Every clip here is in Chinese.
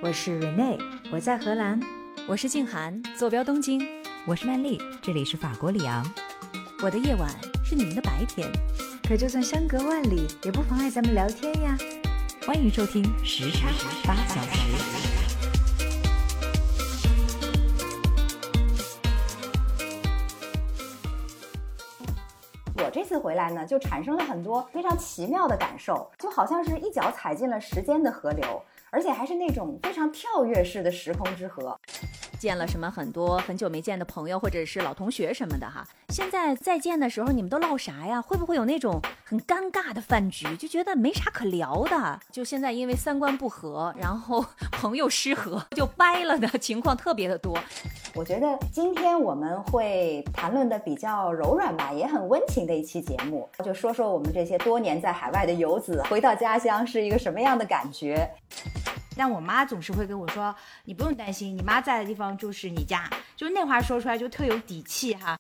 我是 Renee， 我在荷兰。 我是静涵，坐标东京。 我是曼丽，这里是法国里昂。 我的夜晚是你们的白天， 可就算相隔万里，也不妨碍咱们聊天呀。 欢迎收听时差8小时。 我这次回来呢，就产生了很多非常奇妙的感受，就好像是一脚踩进了时间的河流，而且还是那种非常跳跃式的时空之河。 见了什么很多很久没见的朋友或者是老同学什么的哈，现在再见的时候你们都唠啥呀？会不会有那种很尴尬的饭局，就觉得没啥可聊的？就现在因为三观不合，然后朋友失和就掰了的情况特别的多。 我觉得今天我们会谈论的比较柔软吧，也很温情的一期节目，就说说我们这些多年在海外的游子回到家乡是一个什么样的感觉。 但我妈总是会跟我说，你不用担心，你妈在的地方就是你家，就那话说出来就特有底气哈。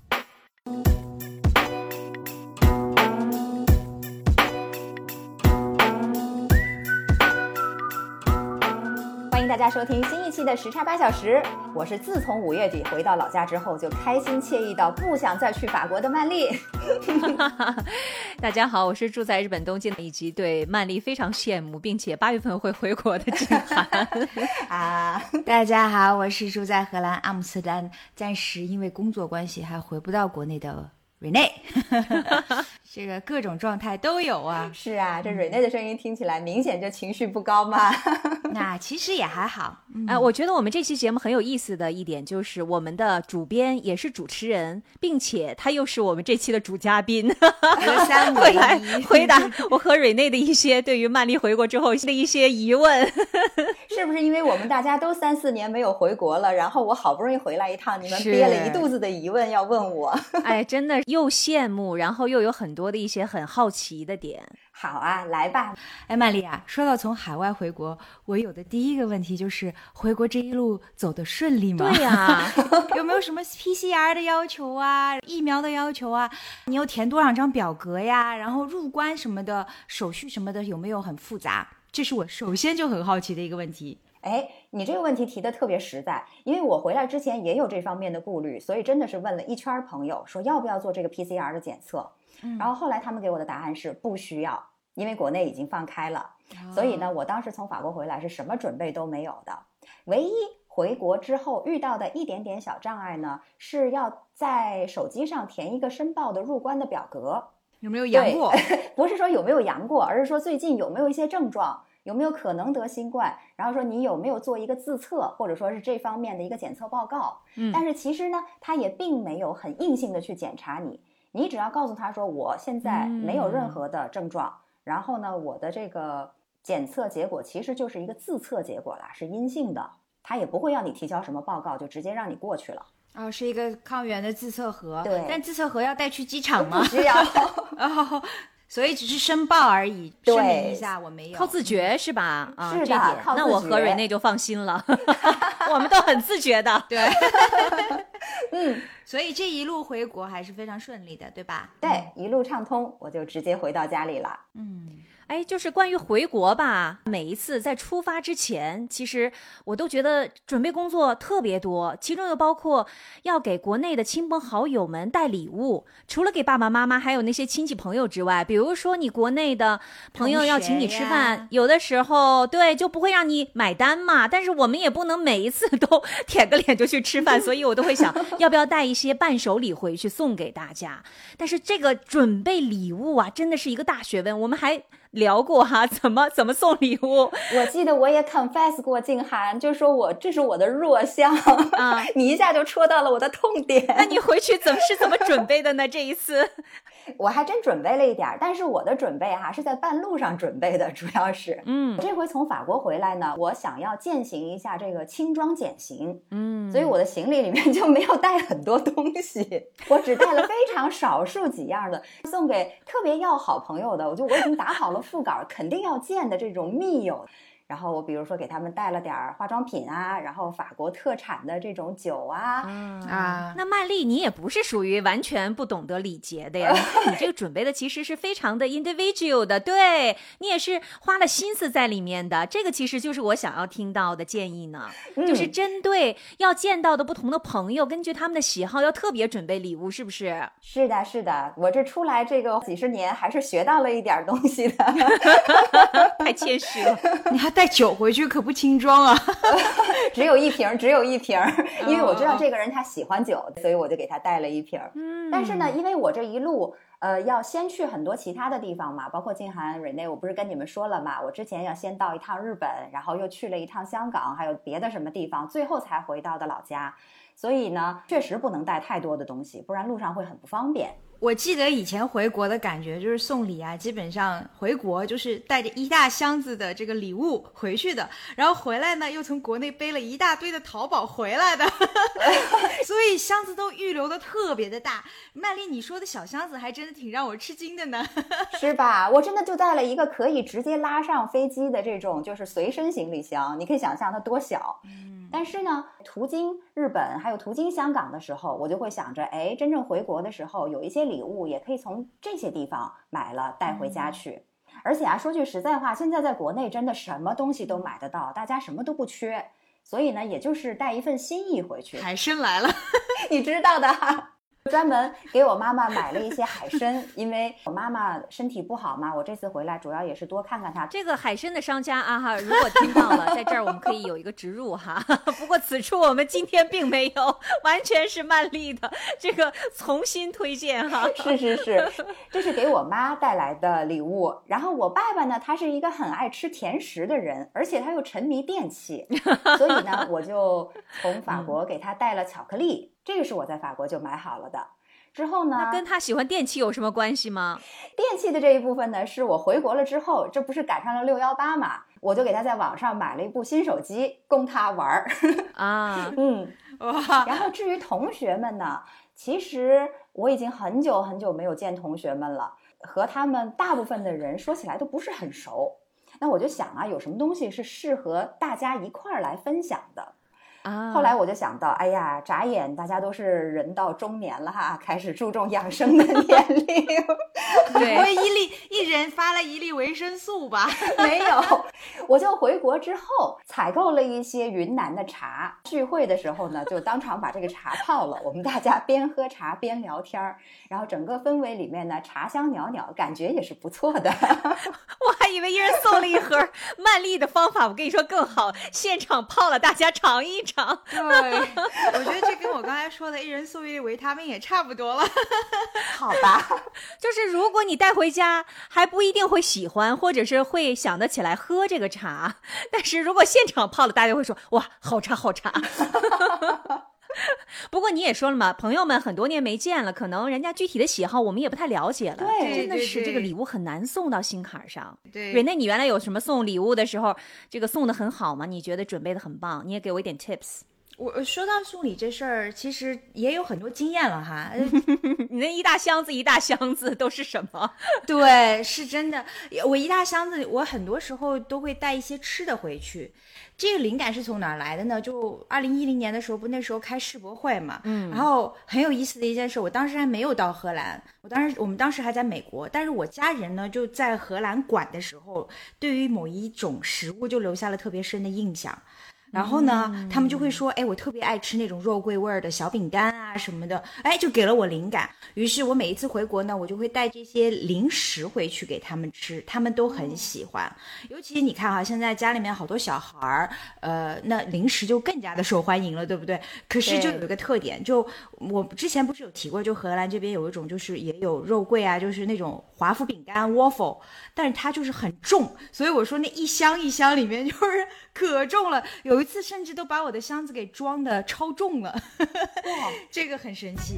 欢迎大家收听新一期的时差8小时，我是自从5月底回到老家之后就开心惬意到不想再去法国的曼丽。 大家好，我是住在日本东京以及对曼丽非常羡慕并且8月份会回国的静涵。 大家好，我是住在荷兰阿姆斯特丹，暂时因为工作关系还回不到国内的 Renee。 这个各种状态都有啊。 是啊，这 Renee 的声音听起来明显就情绪不高嘛。 那其实也还好。 我觉得我们这期节目很有意思的一点就是我们的主编也是主持人，并且他又是我们这期的主嘉宾，会来回答我和Renee的一些对于曼丽回国之后的一些疑问。 是不是因为我们大家都3、4年没有回国了，然后我好不容易回来一趟，你们憋了一肚子的疑问要问我？ 哎，真的又羡慕，然后又有很多的一些很好奇的点。 好啊，来吧。 哎，曼丽啊，说到从海外回国，我有的第一个问题就是回国这一路走得顺利吗？ 对呀， 有没有什么 PCR 的要求啊，疫苗的要求啊？你又填多少张表格呀？然后入关什么的手续什么的有没有很复杂？这是我首先就很好奇的一个问题。 哎，你这个问题提得特别实在，因为我回来之前也有这方面的顾虑，所以真的是问了一圈朋友，说要不要做这个 PCR 的检测。然后后来他们给我的答案是不需要，因为国内已经放开了。所以呢，我当时从法国回来是什么准备都没有的。唯一回国之后遇到的一点点小障碍呢，是要在手机上填一个申报的入关的表格。 有没有阳过？ 不是说有没有阳过，而是说最近有没有一些症状，有没有可能得新冠，然后说你有没有做一个自测，或者说是这方面的一个检测报告。但是其实呢，他也并没有很硬性的去检查你，你只要告诉他说我现在没有任何的症状，然后呢，我的这个检测结果其实就是一个自测结果啦，是阴性的，他也不会要你提交什么报告，就直接让你过去了。 哦，是一个抗原的自测盒。 对， 但自测盒要带去机场吗？ 不需要。 哦，所以只是申报而已，声明一下我没有。 靠自觉是吧？啊， 是的， 这点靠自觉。 那我和Renee就放心了。我们都很自觉的。 对。所以这一路回国还是非常顺利的，对吧？ 对，一路畅通，我就直接回到家里了。 哎，就是关于回国吧，每一次在出发之前，其实我都觉得准备工作特别多，其中又包括要给国内的亲朋好友们带礼物，除了给爸爸妈妈还有那些亲戚朋友之外，比如说你国内的朋友要请你吃饭，有的时候对就不会让你买单嘛，但是我们也不能每一次都舔个脸就去吃饭，所以我都会想要不要带一些伴手礼回去送给大家。但是这个准备礼物啊，真的是一个大学问，我们还聊过哈，怎么送礼物。 我记得我也 confess 过静涵，就说这是我的弱项啊，你一下就戳到了我的痛点。 那你回去怎么准备的呢？这一次我还真准备了一点，但是我的准备是在半路上准备的，主要是这回从法国回来呢，我想要践行一下这个轻装简行，所以我的行李里面就没有带很多东西，我只带了非常少数几样的，送给特别要好朋友的，我已经打好了副稿，肯定要见的这种密友。 然后我比如说给他们带了点化妆品啊，然后法国特产的这种酒啊。 那曼丽你也不是属于完全不懂得礼节的呀，你看你这个准备的其实是非常的 individual 的，对，你也是花了心思在里面的，这个其实就是我想要听到的建议呢，就是针对要见到的不同的朋友，根据他们的喜好要特别准备礼物，是不是？ 是的，是的，我这出来这个几十年还是学到了一点东西的。 太谦虚了。 你还带酒回去可不轻装啊。 只有一瓶，因为我知道这个人他喜欢酒，所以我就给他带了一瓶。但是呢，因为我这一路要先去很多其他的地方嘛，包括静涵、瑞内，我不是跟你们说了嘛，我之前要先到一趟日本，然后又去了一趟香港，还有别的什么地方，最后才回到的老家。所以呢，确实不能带太多的东西，不然路上会很不方便。 我记得以前回国的感觉就是送礼啊，基本上回国就是带着一大箱子的这个礼物回去的，然后回来呢又从国内背了一大堆的淘宝回来的，所以箱子都预留的特别的大。曼丽，你说的小箱子还真的挺让我吃惊的呢。 是吧？我真的就带了一个可以直接拉上飞机的这种就是随身行李箱，你可以想象它多小。但是呢，途经日本还有途经香港的时候，我就会想着，哎，真正回国的时候有一些礼物也可以从这些地方买了带回家去。而且啊，说句实在话，现在在国内真的什么东西都买得到，大家什么都不缺，所以呢，也就是带一份心意回去。 海参来了。 你知道的哈。专门给我妈妈买了一些海参，因为我妈妈身体不好嘛，我这次回来主要也是多看看她。 这个海参的商家啊哈，如果听到了，在这儿我们可以有一个植入哈。不过此处我们今天并没有，完全是曼丽的这个重新推荐哈。 是，这是给我妈带来的礼物。然后我爸爸呢，他是一个很爱吃甜食的人，而且他又沉迷电器，所以呢，我就从法国给他带了巧克力。这个是我在法国就买好了的。之后呢， 那跟他喜欢电器有什么关系吗？ 电器的这一部分呢，是我回国了之后，这不是赶上了618嘛，我就给他在网上买了一部新手机供他玩啊。 哇。 然后至于同学们呢，其实我已经很久没有见同学们了，和他们大部分的人说起来都不是很熟。那我就想啊，有什么东西是适合大家一块儿来分享的。后来我就想到，哎呀，眨眼大家都是人到中年了哈，开始注重养生的年龄。 对，我一人发了1粒维生素吧。 没有，我就回国之后采购了一些云南的茶，聚会的时候呢，就当场把这个茶泡了，我们大家边喝茶边聊天，然后整个氛围里面呢，茶香袅袅，感觉也是不错的。 我还以为一人送了一盒曼丽的方法，我跟你说更好，现场泡了，大家尝一尝。 对，我觉得这跟我刚才说的一人送1粒维他命也差不多了。 好吧， 就是如果你带回家还不一定会喜欢，或者是会想得起来喝这个茶，但是如果现场泡了，大家会说哇，好茶好茶。不过你也说了嘛，朋友们很多年没见了，可能人家具体的喜好我们也不太了解了。 对， 真的是这个礼物很难送到心坎上。 对， 瑞内，你原来有什么送礼物的时候，这个送的很好吗？你觉得准备的很棒，你也给我一点 tips。 我说到送礼这事儿，其实也有很多经验了哈。 你那一大箱子都是什么？ 对，是真的。我一大箱子，我很多时候都会带一些吃的回去。这个灵感是从哪儿来的呢？就2010年的时候，不那时候开世博会嘛，然后很有意思的一件事，我当时还没有到荷兰，我们当时还在美国，但是我家人呢就在荷兰馆的时候，对于某一种食物就留下了特别深的印象。然后呢，他们就会说，哎，我特别爱吃那种肉桂味儿的小饼干啊什么的，哎，就给了我灵感。于是我每一次回国呢，我就会带这些零食回去给他们吃，他们都很喜欢。尤其你看哈，现在家里面好多小孩儿，那零食就更加的受欢迎了，对不对？可是就有一个特点，就我之前不是有提过，就荷兰这边有一种就是也有肉桂啊，就是那种华夫饼干 waffle， 但是它就是很重，所以我说那一箱一箱里面就是可重了。有一次甚至都把我的箱子给装的超重了。哇，这个很神奇。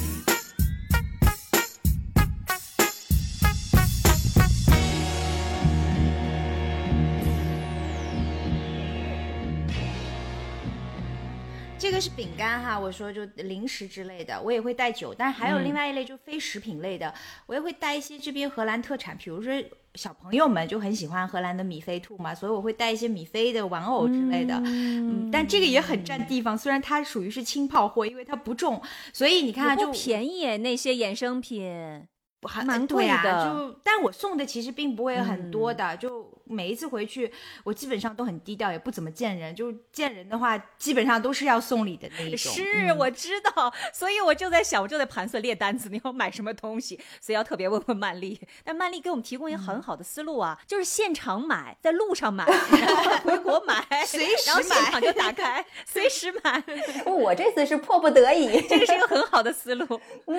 这个是饼干哈，我说就零食之类的，我也会带酒，但是还有另外一类就非食品类的，我也会带一些这边荷兰特产，比如说小朋友们就很喜欢荷兰的米菲兔嘛，所以我会带一些米菲的玩偶之类的。但这个也很占地方，虽然它属于是轻炮货，因为它不重，所以你看就不便宜，那些衍生品还蛮贵的。 但我送的其实并不会很多的，就每一次回去我基本上都很低调，也不怎么见人，就见人的话基本上都是要送礼的那一种。 是，我知道，所以我就在想，我就在盘算列单子，你要买什么东西，所以要特别问问曼丽。但曼丽给我们提供一个很好的思路啊，就是现场买，在路上买，回国买， 随时然后现场就打开，随时买。 我这次是迫不得已， 这个是一个很好的思路。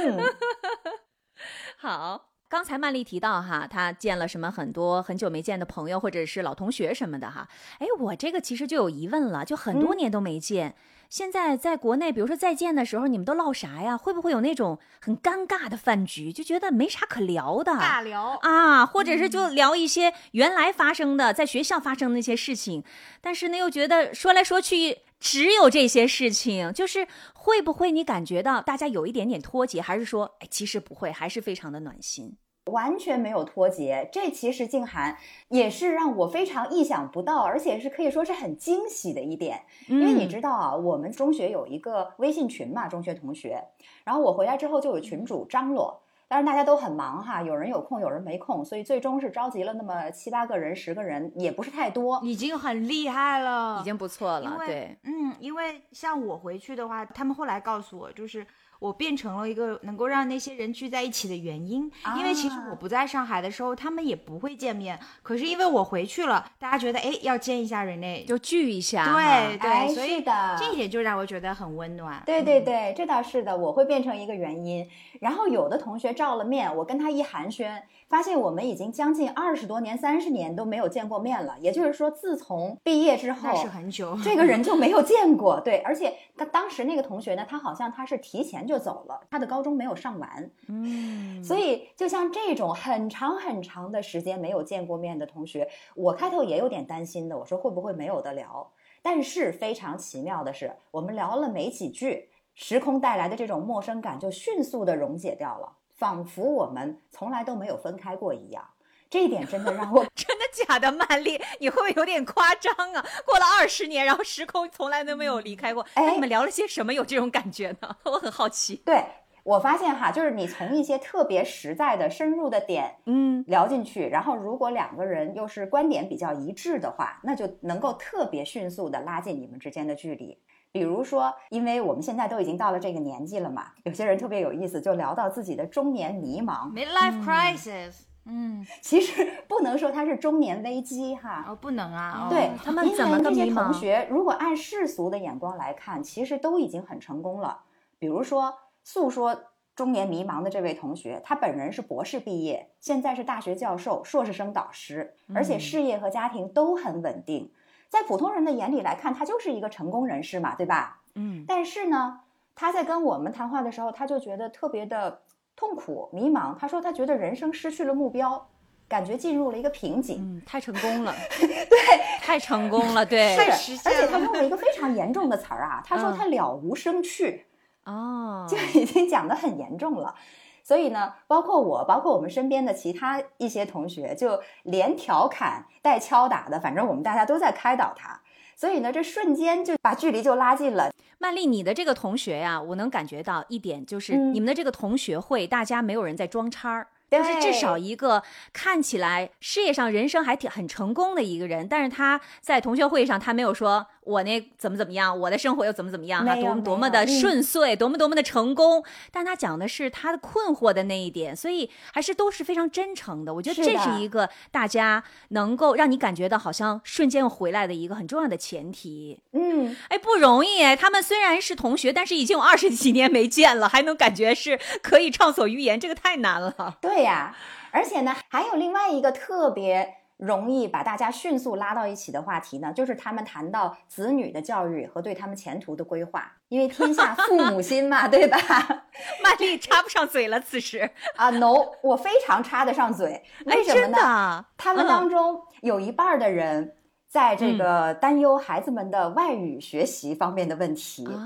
好。刚才曼丽提到哈，她见了什么很多很久没见的朋友或者是老同学什么的哈。哎，我这个其实就有疑问了，就很多年都没见，现在在国内比如说再见的时候你们都唠啥呀？会不会有那种很尴尬的饭局，就觉得没啥可聊的， 尬聊啊，或者是就聊一些原来发生的在学校发生的那些事情，但是呢又觉得说来说去只有这些事情，就是会不会你感觉到大家有一点点脱节，还是说其实不会，还是非常的暖心？ 完全没有脱节，这其实静涵也是让我非常意想不到，而且是可以说是很惊喜的一点。因为你知道啊，我们中学有一个微信群嘛，中学同学，然后我回来之后就有群主张罗，当然大家都很忙哈，有人有空有人没空，所以最终是召集了那么7、8个人10个人，也不是太多， 已经很厉害了， 已经不错了。对， 因为像我回去的话，他们后来告诉我，就是我变成了一个能够让那些人聚在一起的原因，因为其实我不在上海的时候他们也不会见面，可是因为我回去了，大家觉得要见一下Renee， 就聚一下。 对对，所以的这一点就让我觉得很温暖。 对对对，这倒是的，我会变成一个原因。然后有的同学照了面，我跟他一寒暄，发现我们已经将近20多年30年都没有见过面了，也就是说自从毕业之后， 那是很久， 这个人就没有见过。对，而且当时那个同学呢，他好像他是提前就走了，他的高中没有上完。所以就像这种很长很长的时间没有见过面的同学，我开头也有点担心的，我说会不会没有得聊。但是非常奇妙的是，我们聊了没几句，时空带来的这种陌生感就迅速的溶解掉了，仿佛我们从来都没有分开过一样。这一点真的让我真的假的，曼丽，你会不会有点夸张啊？过了20年，然后时空从来都没有离开过，那你们聊了些什么有这种感觉呢？我很好奇。 对，我发现哈，就是你从一些特别实在的深入的点聊进去，然后如果2个人又是观点比较一致的话，那就能够特别迅速的拉近你们之间的距离。比如说，因为我们现在都已经到了这个年纪了嘛，有些人特别有意思，就聊到自己的中年迷茫 midlife crisis。 其实不能说它是中年危机哈。 不能啊。 对， 他们怎么个迷茫？ 因为这些同学如果按世俗的眼光来看，其实都已经很成功了。比如说诉说中年迷茫的这位同学，他本人是博士毕业，现在是大学教授、硕士生导师，而且事业和家庭都很稳定。在普通人的眼里来看，他就是一个成功人士嘛，对吧？但是呢，他在跟我们谈话的时候，他就觉得特别的痛苦、迷茫。他说他觉得人生失去了目标，感觉进入了一个瓶颈。 太成功了。 对， 太成功了。对， 太实现了。 而且他用了一个非常严重的词儿啊，他说他了无生趣。就已经讲得很严重了。所以呢，包括我们身边的其他一些同学，就连调侃带敲打的，反正我们大家都在开导他。所以呢，这瞬间就把距离就拉近了。 曼丽，你的这个同学呀，我能感觉到一点，就是你们的这个同学会，大家没有人在装叉儿。就是至少一个看起来事业上人生还很成功的一个人，但是他在同学会上他没有说我那怎么样，我的生活又怎么样多么的顺遂，多么的成功，但他讲的是他的困惑的那一点，所以还是都是非常真诚的。我觉得这是一个大家能够让你感觉到好像瞬间又回来的一个很重要的前提。不容易。他们虽然是同学，但是已经有20几年没见了，还能感觉是可以畅所欲言，这个太难了。 对呀，而且呢，还有另外一个特别容易把大家迅速拉到一起的话题呢，就是他们谈到子女的教育和对他们前途的规划。因为天下父母心嘛，对吧？ 曼丽插不上嘴了，此时 no， 我非常插得上嘴。为什么呢？他们当中有一半的人在这个担忧孩子们的外语学习方面的问题。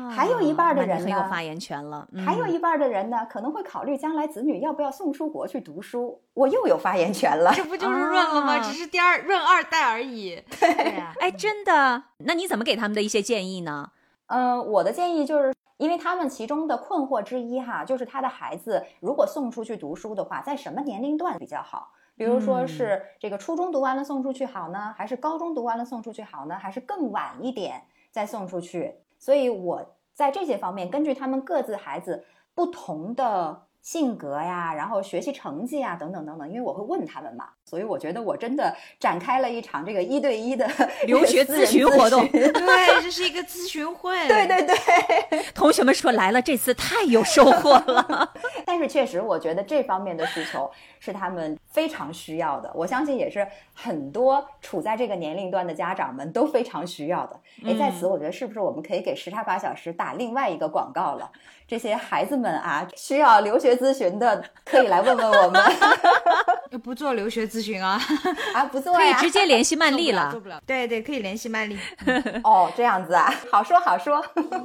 还有一半的人呢， 很有发言权了。 还有一半的人呢，可能会考虑将来子女要不要送出国去读书，我又有发言权了。 这不就是润了吗？只是润二代而已。对呀， 哎，真的？那你怎么给他们的一些建议呢？ 我的建议就是，因为他们其中的困惑之一哈，就是他的孩子如果送出去读书的话，在什么年龄段比较好？比如说是这个初中读完了送出去好呢，还是高中读完了送出去好呢，还是更晚一点再送出去？所以我在这些方面，根据他们各自孩子不同的性格呀，然后学习成绩啊，等等等等，因为我会问他们嘛，所以我觉得我真的展开了一场这个1对1的留学咨询活动。 对，这是一个咨询会。 对对对， 同学们说来了，这次太有收获了。 但是确实，我觉得这方面的需求是他们非常需要的，我相信也是很多处在这个年龄段的家长们都非常需要的。在此我觉得是不是我们可以给时差8小时打另外一个广告了？这些孩子们啊，需要留学咨询的可以来问问我们。 不做留学咨询啊？ 不做呀， 可以直接联系曼丽了。 做不了。对对，可以联系曼丽。 哦，这样子啊，好说好说。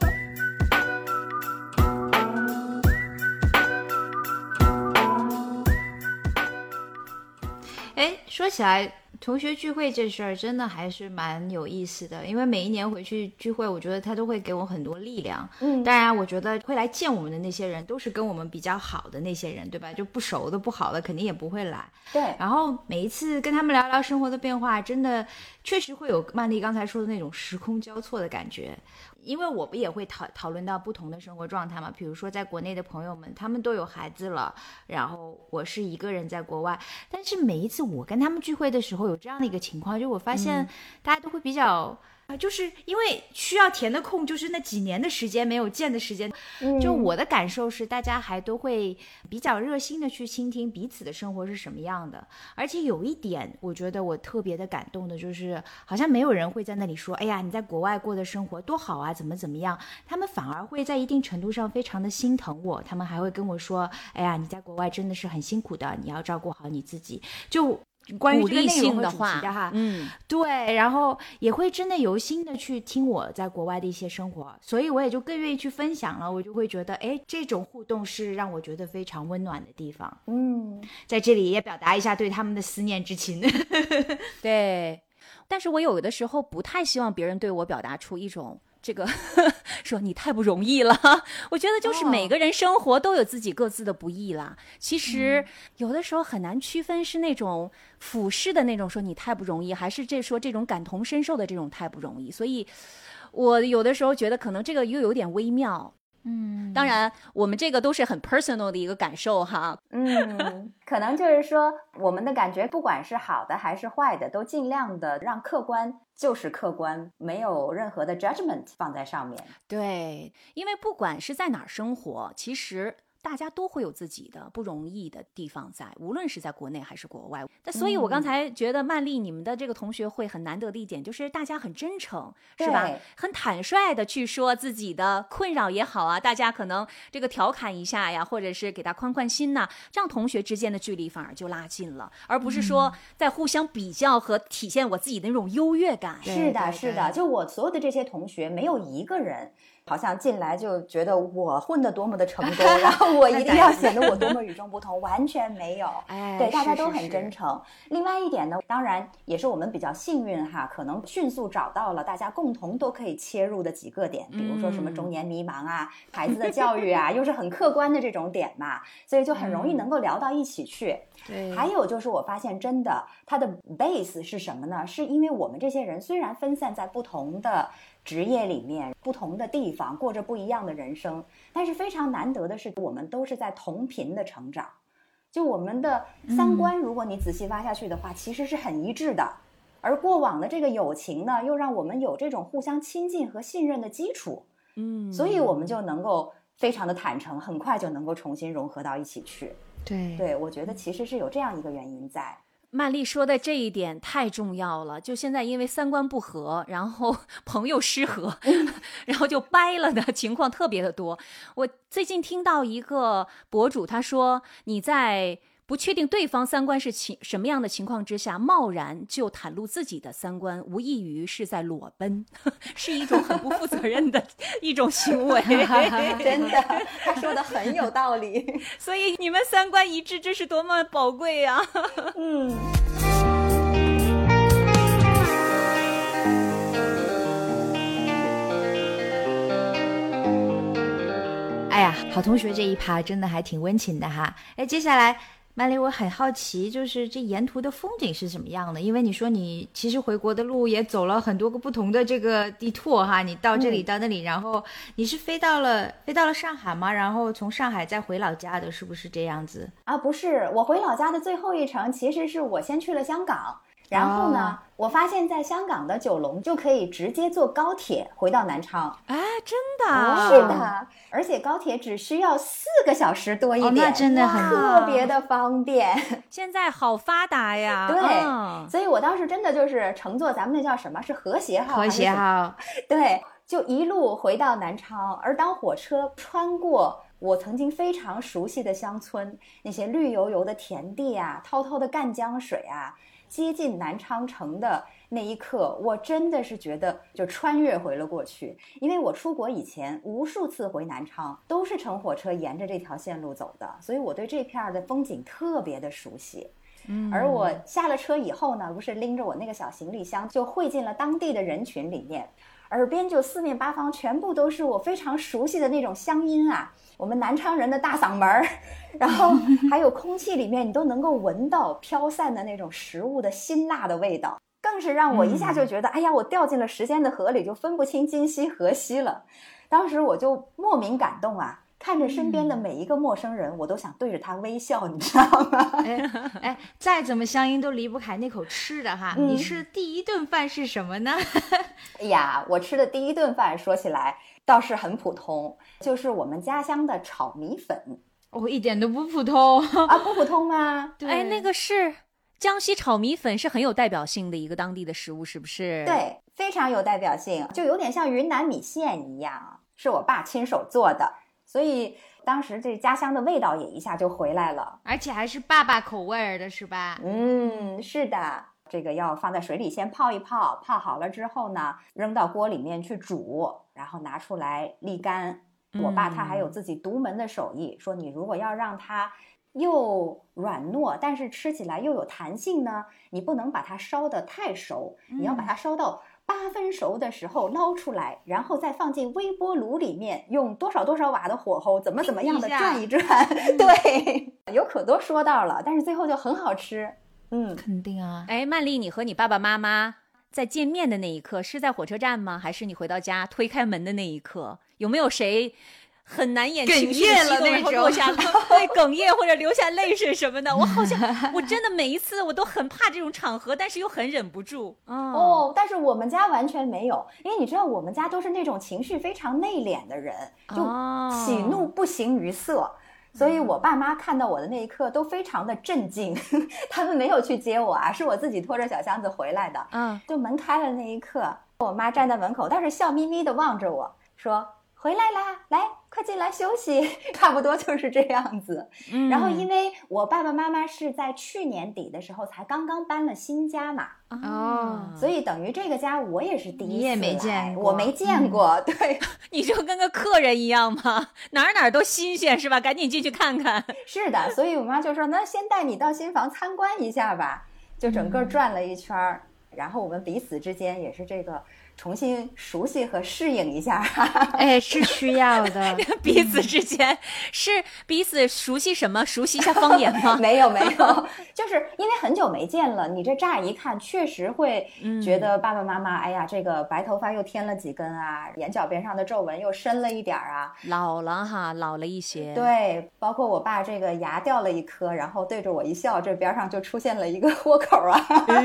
哎，说起来同学聚会这事儿真的还是蛮有意思的，因为每一年回去聚会，我觉得他都会给我很多力量。当然我觉得会来见我们的那些人都是跟我们比较好的那些人，对吧？就不熟的不好的肯定也不会来。 对， 然后每一次跟他们聊聊生活的变化，真的确实会有曼丽刚才说的那种时空交错的感觉。因为我们也会讨论到不同的生活状态嘛，比如说在国内的朋友们，他们都有孩子了，然后我是一个人在国外，但是每一次我跟他们聚会的时候有这样的一个情况，就我发现大家都会比较就是因为需要填的空，就是那几年的时间没有见的时间，就我的感受是大家还都会比较热心的去倾听彼此的生活是什么样的。而且有一点我觉得我特别的感动的就是好像没有人会在那里说哎呀你在国外过的生活多好啊怎么样，他们反而会在一定程度上非常的心疼我，他们还会跟我说哎呀你在国外真的是很辛苦的，你要照顾好你自己，就关于这个内容和主题的哈，对，然后也会真的由心的去听我在国外的一些生活，所以我也就更愿意去分享了。我就会觉得，哎，这种互动是让我觉得非常温暖的地方。在这里也表达一下对他们的思念之情。 对，但是我有的时候不太希望别人对我表达出一种这个说你太不容易了，我觉得就是每个人生活都有自己各自的不易啦。其实有的时候很难区分是那种俯视的那种说你太不容易，还是这种感同身受的这种太不容易。所以我有的时候觉得可能这个又有点微妙。当然我们这个都是很 personal 的一个感受哈。 可能就是说我们的感觉不管是好的还是坏的，都尽量的让客观就是客观，没有任何的 judgment 放在上面。 对，因为不管是在哪儿生活，其实大家都会有自己的不容易的地方在，无论是在国内还是国外。但所以我刚才觉得曼丽你们的这个同学会很难得的一点就是大家很真诚，是吧？很坦率的去说自己的困扰也好啊，大家可能这个调侃一下呀，或者是给他宽心呐，这样同学之间的距离反而就拉近了，而不是说在互相比较和体现我自己的那种优越感。 是的，是的，就我所有的这些同学没有一个人好像进来就觉得我混得多么的成功，然后我一定要显得我多么与众不同，完全没有。对，大家都很真诚。另外一点呢，当然也是我们比较幸运哈，可能迅速找到了大家共同都可以切入的几个点，比如说什么中年迷茫啊，孩子的教育啊，又是很客观的这种点嘛，所以就很容易能够聊到一起去。 对， 还有就是我发现真的它的 base 是什么呢？是因为我们这些人虽然分散在不同的职业里面，不同的地方，过着不一样的人生，但是非常难得的是我们都是在同频的成长，就我们的三观如果你仔细挖下去的话，其实是很一致的，而过往的这个友情呢又让我们有这种互相亲近和信任的基础，所以我们就能够非常的坦诚，很快就能够重新融合到一起去。对，我觉得其实是有这样一个原因在。 曼丽说的这一点太重要了，就现在因为三观不合，然后朋友失和，然后就掰了的情况特别的多。我最近听到一个博主他说，你在不确定对方三观是什么样的情况之下，贸然就袒露自己的三观，无异于是在裸奔，是一种很不负责任的一种行为。 真的，他说的很有道理。 所以你们三观一致，这是多么宝贵啊！ 嗯。 哎呀，好同学这一趴真的还挺温情的哈。哎，接下来曼丽，我很好奇，就是这沿途的风景是什么样的？因为你说你其实回国的路也走了很多个不同的这个地拓哈，你到这里到那里，然后你是飞到了上海吗？然后从上海再回老家的，是不是这样子？ 啊，不是，我回老家的最后一程其实是我先去了香港。然后呢，我发现在香港的九龙就可以直接坐高铁回到南昌。 哎，真的？ 是的，而且高铁只需要4个小时多一点， 那真的很特别的方便。 现在好发达呀！ 对，所以我当时真的就是乘坐咱们那叫什么，是和谐号？ 和谐号。 对，就一路回到南昌。而当火车穿过我曾经非常熟悉的乡村，那些绿油油的田地啊，滔滔的赣江水啊，接近南昌城的那一刻，我真的是觉得就穿越回了过去。因为我出国以前无数次回南昌都是乘火车沿着这条线路走的，所以我对这片的风景特别的熟悉。而我下了车以后呢，不是拎着我那个小行李箱就汇进了当地的人群里面，耳边就四面八方全部都是我非常熟悉的那种乡音啊，我们南昌人的大嗓门儿，然后还有空气里面你都能够闻到飘散的那种食物的辛辣的味道，更是让我一下就觉得哎呀，我掉进了时间的河里，就分不清今夕何夕了。当时我就莫名感动啊，看着身边的每一个陌生人，我都想对着他微笑，你知道吗？ 哎，再怎么乡音都离不开那口吃的哈。你吃的第一顿饭是什么呢？ 哎呀，我吃的第一顿饭说起来倒是很普通，就是我们家乡的炒米粉。 一点都不普通啊，不普通吗？ 对， 哎，那个是江西炒米粉，是很有代表性的一个当地的食物，是不是？ 对，非常有代表性，就有点像云南米线一样，是我爸亲手做的，所以当时这家乡的味道也一下就回来了， 而且还是爸爸口味的，是吧？ 是的。这个要放在水里先泡一泡，泡好了之后呢，扔到锅里面去煮，然后拿出来沥干。我爸他还有自己独门的手艺，说你如果要让它又软糯，但是吃起来又有弹性呢，你不能把它烧得太熟，你要把它烧到8分熟的时候捞出来，然后再放进微波炉里面，用多少瓦的火候，怎么样的转一转。对，有可多说道了，但是最后就很好吃。 肯定啊。 哎，曼丽，你和你爸爸妈妈在见面的那一刻是在火车站吗？还是你回到家推开门的那一刻？有没有谁很难掩情绪的激动，然后落下对哽咽或者流下泪水什么的？我好像我真的每一次我都很怕这种场合，但是又很忍不住。 但是我们家完全没有，因为你知道我们家都是那种情绪非常内敛的人，就喜怒不形于色。所以我爸妈看到我的那一刻都非常的震惊，他们没有去接我啊，是我自己拖着小箱子回来的。就门开了那一刻，我妈站在门口，但是笑眯眯的望着我说回来啦，来快进来休息，差不多就是这样子。然后因为我爸爸妈妈是在去年底的时候才刚刚搬了新家嘛，所以等于这个家我也是第一次来， 你也没见过， 我没见过。对， 你就跟个客人一样嘛，哪都新鲜是吧？赶紧进去看看。 是的，所以我妈就说那先带你到新房参观一下吧，就整个转了一圈，然后我们彼此之间也是这个重新熟悉和适应一下。 哎，是需要的。 彼此之间是彼此熟悉什么？熟悉一下方言吗？ 没有，就是因为很久没见了，你这乍一看确实会觉得爸爸妈妈，哎呀，这个白头发又添了几根啊，眼角边上的皱纹又深了一点啊， 老了一些。 对，包括我爸这个牙掉了一颗，然后对着我一笑，这边上就出现了一个豁口啊。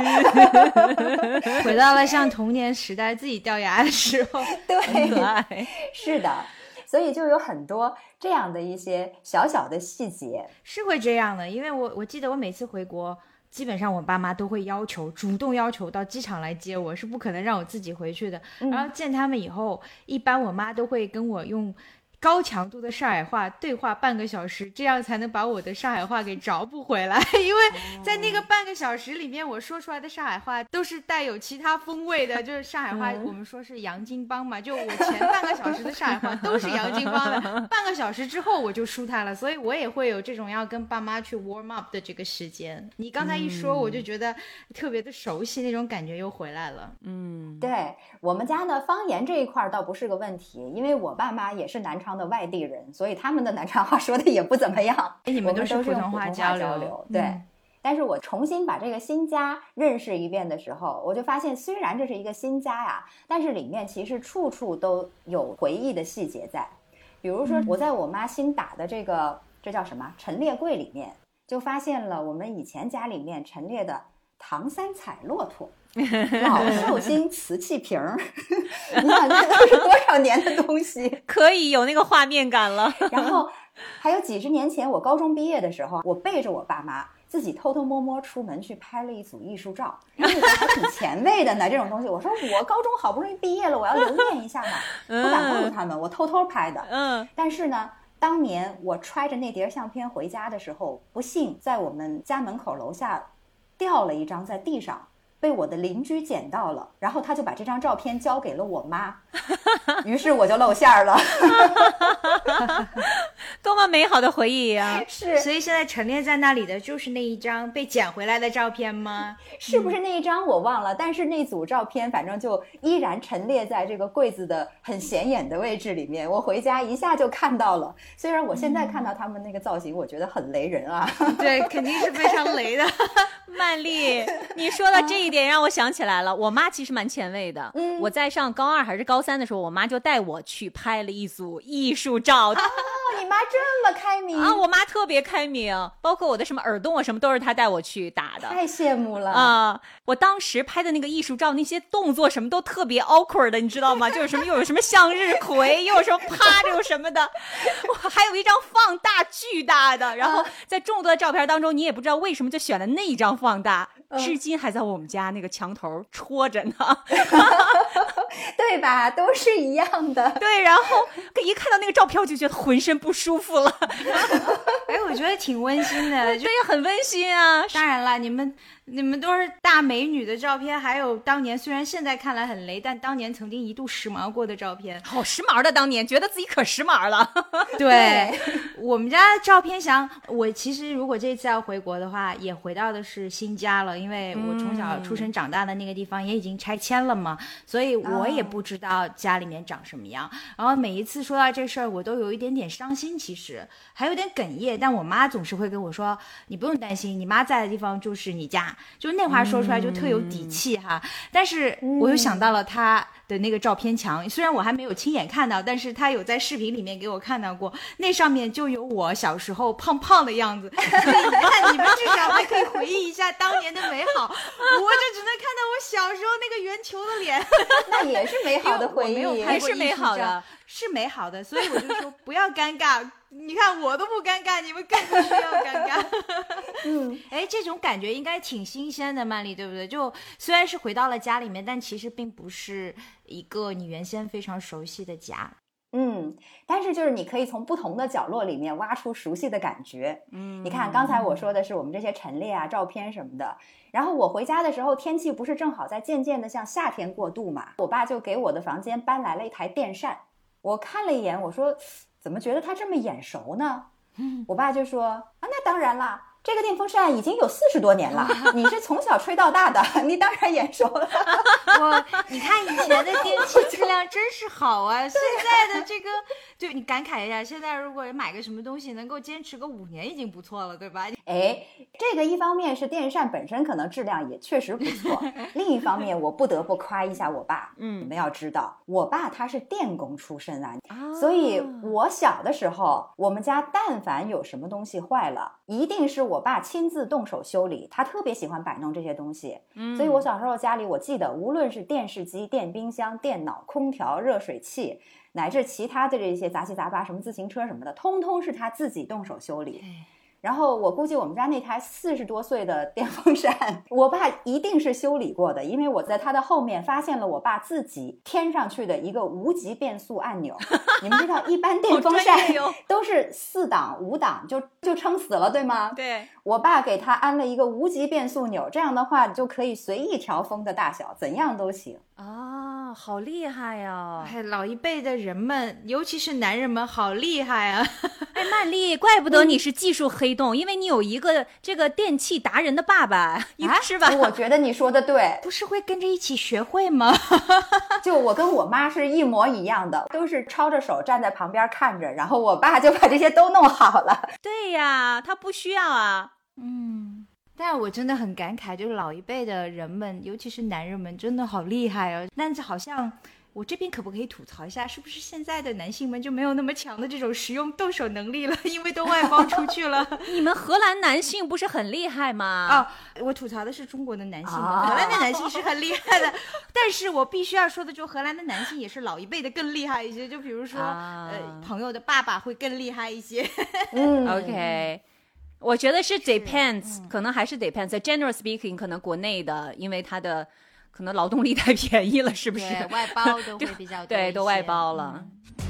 回到了像童年时代自己掉牙的时候。 对，是的，所以就有很多这样的一些小小的细节， 是会这样的。因为我记得我每次回国，基本上我爸妈都会主动要求到机场来接我，是不可能让我自己回去的。然后见他们以后，一般我妈都会跟我用高强度的上海话对话半个小时，这样才能把我的上海话给找补回来。因为在那个半个小时里面，我说出来的上海话都是带有其他风味的，就是上海话我们说是洋泾浜嘛，就我前半个小时的上海话都是洋泾浜的，半个小时之后我就舒坦了，所以我也会有这种要跟爸妈去 warm up 的这个时间。你刚才一说，我就觉得特别的熟悉，那种感觉又回来了。 对，我们家呢，方言这一块倒不是个问题，因为我爸妈也是南昌的外地人，所以他们的南昌话说的也不怎么样。 你们都是用普通话交流，对。但是我重新把这个新家认识一遍的时候，我就发现虽然这是一个新家呀，但是里面其实处处都有回忆的细节在。比如说我在我妈新打的这叫什么陈列柜里面，就发现了我们以前家里面陈列的唐三彩骆驼、老寿星瓷器瓶儿，你想这都是多少年的东西， 可以有那个画面感了。 然后还有几十年前我高中毕业的时候，我背着我爸妈自己偷偷摸摸出门去拍了一组艺术照，因为还挺前卫的呢。这种东西，我说我高中好不容易毕业了，我要留念一下嘛，不敢告诉他们，我偷偷拍的。但是呢，当年我揣着那叠相片回家的时候，不幸在我们家门口楼下掉了一张在地上，被我的邻居捡到了，然后他就把这张照片交给了我妈，于是我就露馅了。 多么美好的回忆啊！ 是， 所以现在陈列在那里的就是那一张被捡回来的照片吗？ 是不是那一张我忘了，但是那组照片反正就依然陈列在这个柜子的很显眼的位置里面，我回家一下就看到了。虽然我现在看到他们那个造型，我觉得很雷人啊。 对，肯定是非常雷的。 曼丽，你说到这一点让我想起来了，我妈其实蛮前卫的。我在上高2还是高3的时候，我妈就带我去拍了一组艺术照。 你妈这么开明啊！我妈特别开明，包括我的什么耳洞啊，什么都是她带我去打的。 太羡慕了啊！我当时拍的那个艺术照，那些动作什么都特别 awkward 的，你知道吗？就是什么又有什么向日葵，又有什么趴着，又什么的。我还有一张放大巨大的，然后在众多的照片当中，你也不知道为什么就选了那一张放大，至今还在我们家那个墙头戳着呢。 对吧？都是一样的。 对，然后一看到那个照片，我就觉得浑身不舒服了。 哎，我觉得挺温馨的， 对，很温馨啊。 当然了，你们都是大美女的照片，还有当年虽然现在看来很雷，但当年曾经一度时髦过的照片。 好时髦的，当年觉得自己可时髦了。 对，我们家照片箱，我其实如果这次要回国的话，也回到的是新家了，因为我从小出生长大的那个地方也已经拆迁了嘛，所以我也不知道家里面长什么样。然后每一次说到这事儿，我都有一点点伤心，其实还有点哽咽，但我妈总是会跟我说，你不用担心，你妈在的地方就是你家，就那话说出来就特有底气哈。但是我又想到了她的那个照片墙，虽然我还没有亲眼看到，但是她有在视频里面给我看到过，那上面就有我小时候胖胖的样子，所以你看你们至少还可以回忆一下当年的美好，我就只能看到我小时候那个圆球的脸。 那也是美好的回忆， 也是美好的， 是美好的，所以我就说不要尴尬。你看我都不尴尬，你们更不需要尴尬。哎，这种感觉应该挺新鲜的，曼丽，对不对？就虽然是回到了家里面，但其实并不是一个你原先非常熟悉的家。 但是就是你可以从不同的角落里面挖出熟悉的感觉。你看刚才我说的是我们这些陈列啊、照片什么的，然后我回家的时候，天气不是正好在渐渐的向夏天过渡嘛，我爸就给我的房间搬来了一台电扇。我看了一眼，我说怎么觉得它这么眼熟呢？我爸就说那当然啦，这个电风扇已经有40多年了，你是从小吹到大的，你当然眼熟了。 你看以前的电器质量真是好啊，现在的这个，就你感慨一下，现在如果买个什么东西能够坚持个5年已经不错了，对吧？ 哎，这个一方面是电扇本身可能质量也确实不错，另一方面我不得不夸一下我爸。你们要知道，我爸他是电工出身啊，所以我小的时候，我们家但凡有什么东西坏了，一定是我爸亲自动手修理，他特别喜欢摆弄这些东西。所以我小时候家里，我记得无论是电视机、电冰箱、电脑、空调、热水器，乃至其他的这些杂七杂八，什么自行车什么的，通通是他自己动手修理。 然后我估计我们家那台40多岁的电风扇，我爸一定是修理过的，因为我在他的后面发现了我爸自己添上去的一个无级变速按钮。你们知道一般电风扇都是4档5档就撑死了，对吗？ 对， 我爸给他安了一个无级变速钮，这样的话你就可以随意调风的大小，怎样都行。 哦，好厉害呀！ 哎，老一辈的人们，尤其是男人们，好厉害啊！ 哎，曼丽，怪不得你是技术黑洞，因为你有一个这个电器达人的爸爸，是吧？ 我觉得你说的对， 不是会跟着一起学会吗？ 就我跟我妈是一模一样的，都是抄着手站在旁边看着，然后我爸就把这些都弄好了。 对呀，他不需要啊。 但我真的很感慨，就是老一辈的人们，尤其是男人们，真的好厉害啊！但是好像我这边可不可以吐槽一下，是不是现在的男性们就没有那么强的这种实用动手能力了，因为都外包出去了？ 你们荷兰男性不是很厉害吗？ 我吐槽的是中国的男性，荷兰的男性是很厉害的，但是我必须要说的，就荷兰的男性也是老一辈的更厉害一些，就比如说、朋友的爸爸会更厉害一些。 OK。我觉得是 depends，可能还是 depends。General speaking， 可能国内的，因为它的可能劳动力太便宜了，是不是？ 对，外包都会比较多对，都外包了。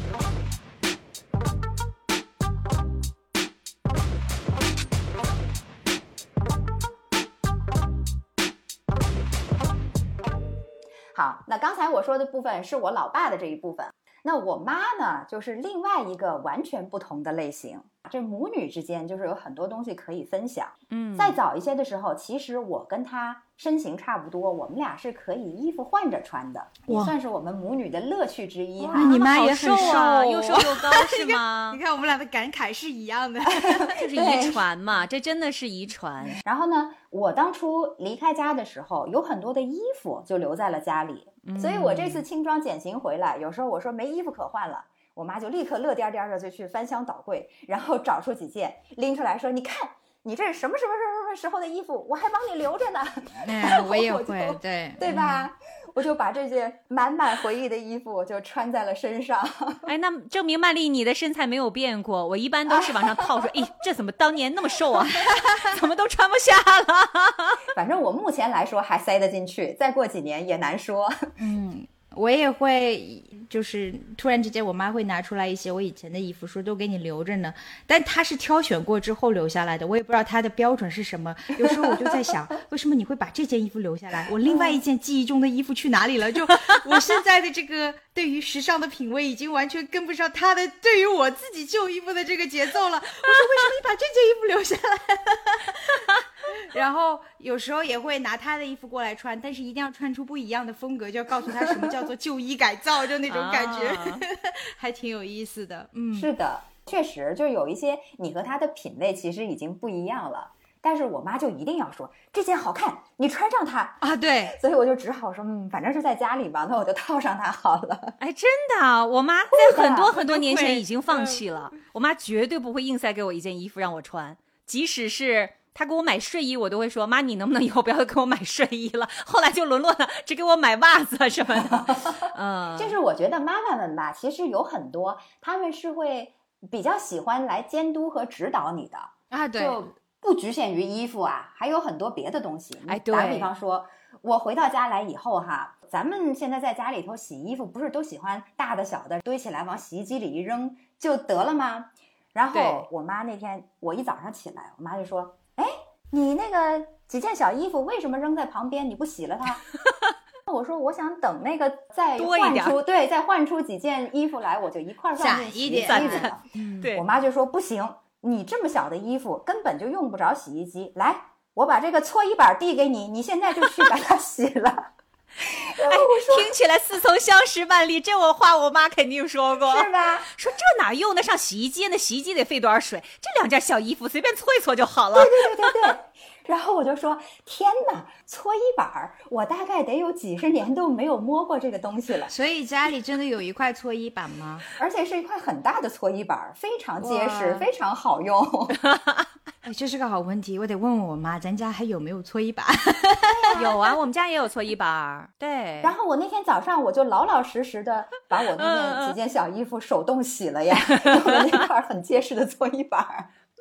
好，那刚才我说的部分是我老爸的这一部分。那我妈呢，就是另外一个完全不同的类型。这母女之间就是有很多东西可以分享。再早一些的时候，其实我跟她身形差不多，我们俩是可以衣服换着穿的，也算是我们母女的乐趣之一哈。 你妈也很瘦啊，又瘦又高是吗？ 你看我们俩的感慨是一样的， 就是遗传嘛，这真的是遗传。 然后呢，我当初离开家的时候，有很多的衣服就留在了家里，所以我这次轻装简行回来，有时候我说没衣服可换了，我妈就立刻乐颠颠的就去翻箱倒柜，然后找出几件拎出来说，你看你这是什么时候的衣服，我还帮你留着呢。 我也会， 对吧？我就把这件满满回忆的衣服我就穿在了身上。 哎，那证明曼丽你的身材没有变过，我一般都是往上套说，哎，这怎么当年那么瘦啊？怎么都穿不下了？ 反正我目前来说还塞得进去，再过几年也难说。 我也会，就是突然之间我妈会拿出来一些我以前的衣服，说都给你留着呢，但她是挑选过之后留下来的，我也不知道她的标准是什么。有时候我就在想，为什么你会把这件衣服留下来，我另外一件记忆中的衣服去哪里了？就我现在的这个对于时尚的品味已经完全跟不上她的对于我自己旧衣服的这个节奏了。我说为什么你把这件衣服留下来然后有时候也会拿他的衣服过来穿，但是一定要穿出不一样的风格，就要告诉他什么叫做旧衣改造，就那种感觉还挺有意思的。 是的，确实就有一些你和他的品味其实已经不一样了，但是我妈就一定要说这件好看，你穿上它啊。对， 所以我就只好说反正是在家里吧，那我就套上它好了。 哎，真的，我妈在很多很多年前已经放弃了，我妈绝对不会硬塞给我一件衣服让我穿，即使是他给我买睡衣，我都会说妈，你能不能以后不要给我买睡衣了？后来就沦落了只给我买袜子什么的。 就是我觉得妈妈们吧，其实有很多他们是会比较喜欢来监督和指导你的啊，对， 就不局限于衣服啊，还有很多别的东西。 哎，对， 打比方说，我回到家来以后哈，咱们现在在家里头洗衣服，不是都喜欢大的小的堆起来往洗衣机里一扔就得了吗？然后我妈那天我一早上起来，我妈就说，哎，你那个几件小衣服为什么扔在旁边？你不洗了它？我说我想等那个再换出几件衣服来，我就一块放进洗衣机里了。 对， 我妈就说不行，你这么小的衣服根本就用不着洗衣机。来，我把这个搓衣板递给你，你现在就去把它洗了。 哎，听起来似曾相识，曼丽，这话我妈肯定说过， 是吧？ 说这哪用得上洗衣机？那洗衣机得费多少水？这两件小衣服随便搓一搓就好了。 对。然后我就说，天哪，搓衣板我大概得有几十年都没有摸过这个东西了。 所以家里真的有一块搓衣板吗？ 而且是一块很大的搓衣板，非常结实，非常好用。 哎，这是个好问题，我得问问我妈，咱家还有没有搓衣板？ 有啊，我们家也有搓衣板。对。 然后我那天早上我就老老实实的把我那几件小衣服手动洗了呀，用了那块很结实的搓衣板。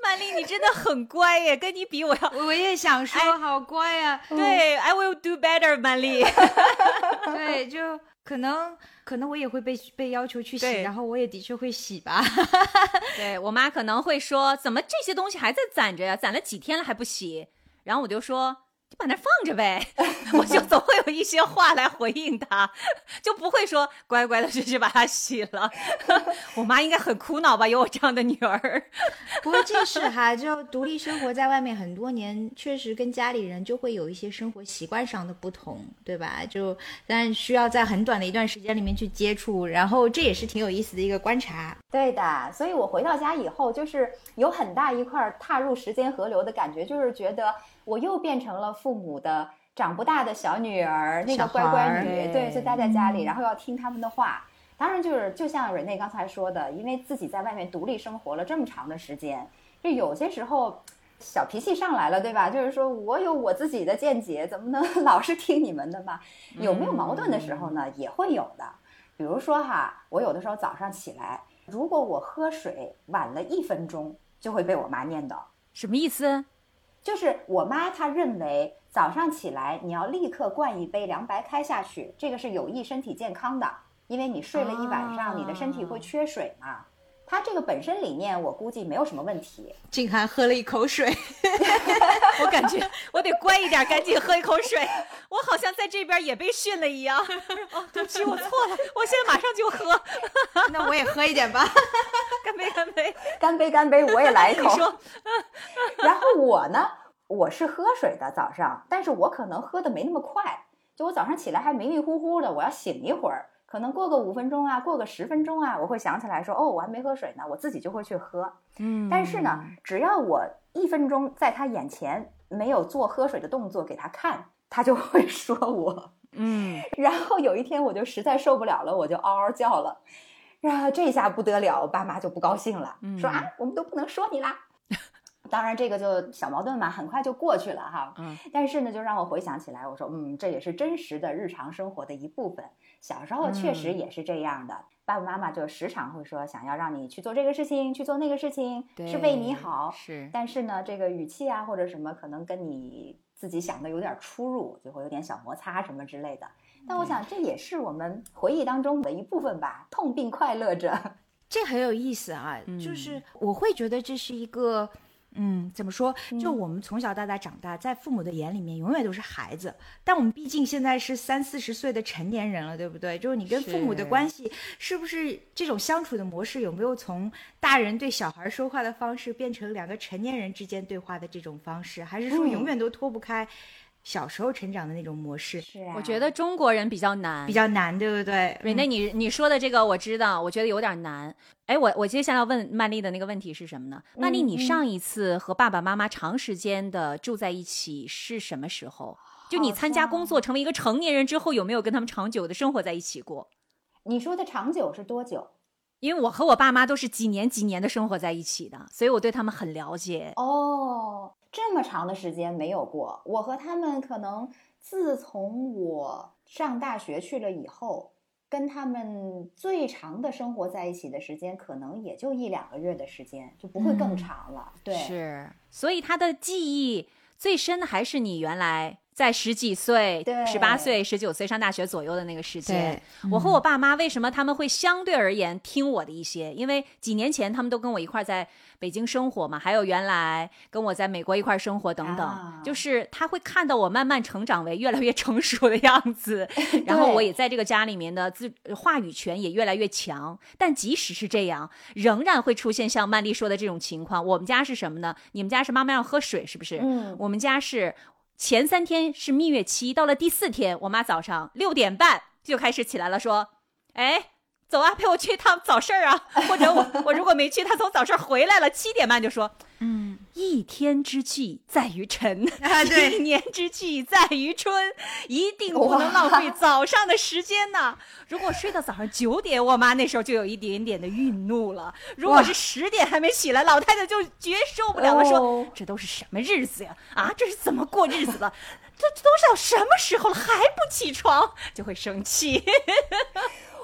曼丽，你真的很乖耶，跟你比我也想说，好乖啊。 对 ，I will do better， 曼丽。 对，就可能我也会被要求去洗，然后我也的确会洗吧。 对，我妈可能会说，怎么这些东西还在攒着呀？攒了几天了还不洗？然后我就说，就把那放着呗。我就总会有一些话来回应她，就不会说乖乖的就去把它洗了。我妈应该很苦恼吧，有我这样的女儿。 不过这是哈，就独立生活在外面很多年，确实跟家里人就会有一些生活习惯上的不同，对吧？但需要在很短的一段时间里面去接触，然后这也是挺有意思的一个观察。 对的，所以我回到家以后，就是有很大一块踏入时间河流的感觉，就是觉得我又变成了父母的长不大的小女儿，那个乖乖女，对，就待在家里，然后要听他们的话。当然就像蕊内刚才说的，因为自己在外面独立生活了这么长的时间，就有些时候小脾气上来了，对吧？就是说我有我自己的见解，怎么能老是听你们的嘛？有没有矛盾的时候呢？也会有的。比如说哈，我有的时候早上起来，如果我喝水晚了1分钟，就会被我妈念叨。 什么意思？ 就是我妈她认为早上起来你要立刻灌一杯凉白开下去，这个是有益身体健康的，因为你睡了一晚上，你的身体会缺水嘛。她这个本身理念我估计没有什么问题。 静涵喝了一口水， 我感觉我得乖一点，赶紧喝一口水。我好像在这边也被训了一样。哦，对不起，我错了，我现在马上就喝。 那我也喝一点吧。 干杯，干杯， 干杯，干杯！我也来一口。 你说。 然后我呢，我是喝水的早上，但是我可能喝的没那么快，就我早上起来还迷迷糊糊的，我要醒一会儿，可能过个5分钟啊，过个10分钟啊，我会想起来说，哦，我还没喝水呢，我自己就会去喝。但是呢，只要我1分钟在他眼前没有做喝水的动作给他看，他就会说我。然后有一天我就实在受不了了，我就嗷嗷叫了。然后这下不得了，爸妈就不高兴了，说啊，我们都不能说你啦。当然这个就小矛盾嘛，很快就过去了哈。但是呢，就让我回想起来，我说这也是真实的日常生活的一部分。小时候确实也是这样的，爸爸妈妈就时常会说，想要让你去做这个事情，去做那个事情，是为你好。 是， 但是呢，这个语气啊或者什么，可能跟你自己想的有点出入，就会有点小摩擦什么之类的。但我想这也是我们回忆当中的一部分吧，痛并快乐着。 这很有意思啊，就是我会觉得这是一个怎么说，就我们从小到大长大，在父母的眼里面永远都是孩子，但我们毕竟现在是30-40岁的成年人了，对不对？就是你跟父母的关系是不是这种相处的模式，有没有从大人对小孩说话的方式变成2个成年人之间对话的这种方式，还是说永远都脱不开小时候成长的那种模式？ 是啊， 我觉得中国人比较难， 对不对？ 瑞内，你说的这个我知道，我觉得有点难。哎，我接下来要问曼丽的那个问题是什么呢？曼丽，你上一次和爸爸妈妈长时间的住在一起是什么时候？就你参加工作成为一个成年人之后，有没有跟他们长久的生活在一起过？ 你说的长久是多久？ 因为我和我爸妈都是几年的生活在一起的，所以我对他们很了解。 哦，这么长的时间没有过。我和他们可能自从我上大学去了以后，跟他们最长的生活在一起的时间可能也就1-2个月的时间，就不会更长了。对， 是，所以他的记忆最深的还是你原来在10几岁、18岁、19岁上大学左右的那个时间。我和我爸妈为什么他们会相对而言听我的一些？因为几年前他们都跟我一块在北京生活嘛，还有原来跟我在美国一块生活等等，就是他会看到我慢慢成长为越来越成熟的样子，然后我也在这个家里面的话语权也越来越强。但即使是这样，仍然会出现像曼丽说的这种情况。我们家是什么呢？你们家是妈妈让喝水是不是？我们家是前3天是蜜月期，到了第4天，我妈早上6点半就开始起来了，说：“哎，走啊，陪我去一趟早市啊。”或者我如果没去，她从早市回来了，7点半就说：“一天之计在于晨，一年之计在于春，一定不能浪费早上的时间呐。”如果睡到早上9点，我妈那时候就有一点点的愠怒了。如果是10点还没起来，老太太就绝受不了了，说：“这都是什么日子呀？啊，这是怎么过日子的？这都到什么时候了还不起床？”就会生气。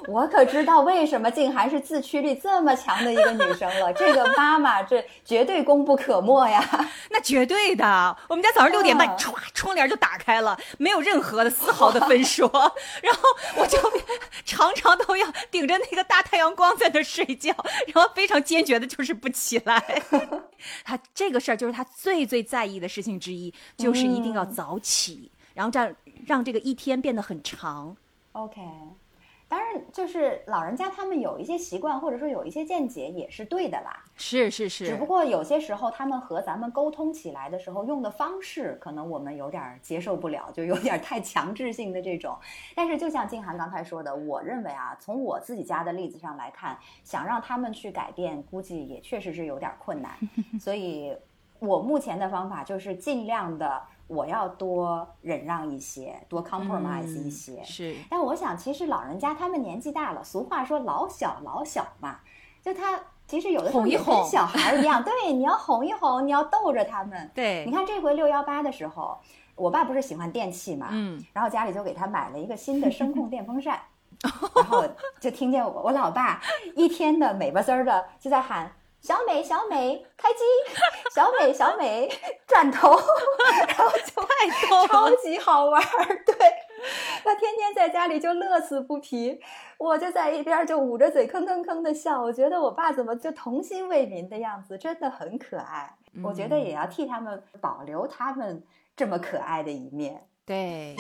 我可知道为什么静涵是自驱力这么强的一个女生了。这个妈妈这绝对功不可没呀。 那绝对的，我们家早上6点半唰窗帘就打开了，没有任何的丝毫的分说，然后我就常常都要顶着那个大太阳光在那睡觉，然后非常坚决的就是不起来。他这个事儿就是他最最在意的事情之一，就是一定要早起，然后这样让这个一天变得很长。 OK， 当然就是老人家他们有一些习惯或者说有一些见解也是对的啦， 是， 只不过有些时候他们和咱们沟通起来的时候用的方式可能我们有点接受不了，就有点太强制性的这种。但是就像静涵刚才说的，我认为啊，从我自己家的例子上来看，想让他们去改变估计也确实是有点困难。所以我目前的方法就是尽量的我要多忍让一些，多 compromise 一些。 是。 但我想其实老人家他们年纪大了，俗话说老小嘛，就他其实有的时候也跟小孩一样，对，你要哄一哄，你要逗着他们。 对， 你看这回618的时候，我爸不是喜欢电器嘛，然后家里就给他买了一个新的声控电风扇，然后就听见我老爸一天的美吧滋儿的就在喊小美小美开机，小美小美转头，然后就太逗了， 超级好玩。对，他天天在家里就乐此不疲，我就在一边就捂着嘴吭吭吭的笑。我觉得我爸怎么就童心未泯的样子，真的很可爱。我觉得也要替他们保留他们这么可爱的一面。 对。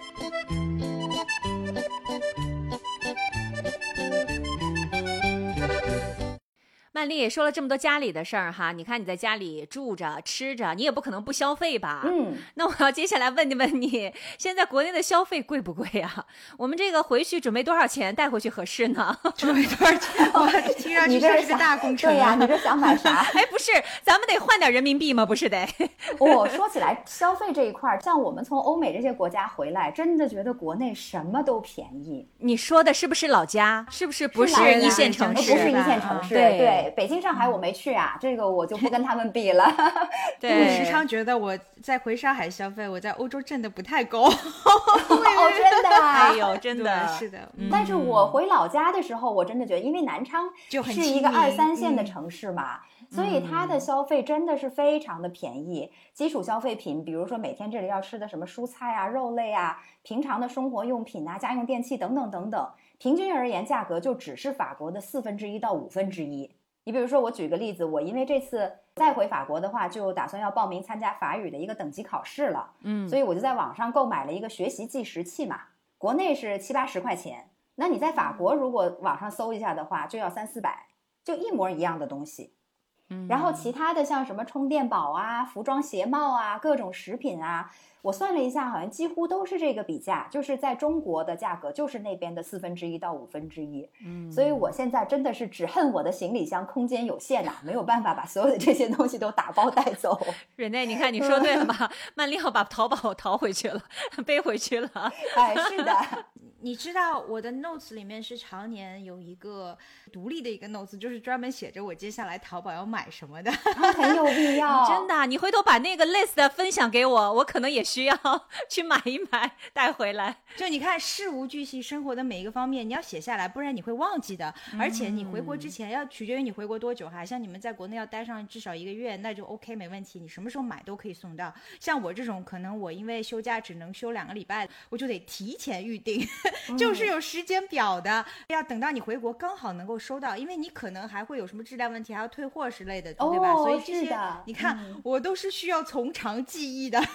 曼丽也说了这么多家里的事儿哈，你看你在家里住着吃着，你也不可能不消费吧？那我要接下来问你，现在国内的消费贵不贵啊？我们这个回去准备多少钱带回去合适呢？ 准备多少钱？哇，听上去像是个大工程。 对呀，你这想买啥？ 哎，不是，咱们得换点人民币吗？不是得？ 说起来消费这一块，像我们从欧美这些国家回来，真的觉得国内什么都便宜。 你说的是不是老家？是不是不是一线城市？ 不是一线城市，对。北京、上海我没去啊，这个我就不跟他们比了。 对，我时常觉得我在回上海消费，我在欧洲挣的不太够。 真的啊？ 哎呦，真的是的。 但是我回老家的时候，我真的觉得，因为南昌是一个2、3线的城市嘛，所以它的消费真的是非常的便宜。基础消费品，比如说每天这里要吃的什么蔬菜啊、肉类啊，平常的生活用品啊、家用电器等等等等，平均而言价格就只是法国的1/4到1/5。你比如说我举个例子，我因为这次再回法国的话，就打算要报名参加法语的一个等级考试了，所以我就在网上购买了一个学习计时器嘛，国内是70、80块钱，那你在法国如果网上搜一下的话，就要300、400，就一模一样的东西。然后其他的像什么充电宝啊、服装鞋帽啊、各种食品啊，我算了一下，好像几乎都是这个比价，就是在中国的价格就是那边的1/4到1/5。所以我现在真的是只恨我的行李箱空间有限呐，没有办法把所有的这些东西都打包带走。 瑞内，你看你说对了吧？曼丽要把淘宝淘回去了，背回去了。 哎，是的。 你知道我的 notes 里面是常年有一个独立的一个 notes， 就是专门写着我接下来淘宝要买什么的。 很有必要。 真的，你回头把那个 list 分享给我，我可能也需要去买一买带回来。 就你看事无巨细，生活的每一个方面你要写下来，不然你会忘记的。而且你回国之前要取决于你回国多久哈，像你们在国内要待上至少1个月，那就 OK 没问题，你什么时候买都可以送到。像我这种可能我因为休假只能休2个礼拜，我就得提前预定。就是有时间表的，要等到你回国刚好能够收到，因为你可能还会有什么质量问题，还要退货之类的，对吧？所以这些你看，我都是需要从长计议的。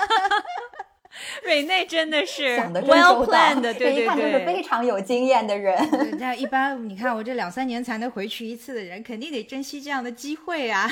瑞内真的是想得真 well planned， 对对对， 一看就是非常有经验的人。 那一般你看我这2、3年才能回去一次的人，肯定得珍惜这样的机会啊。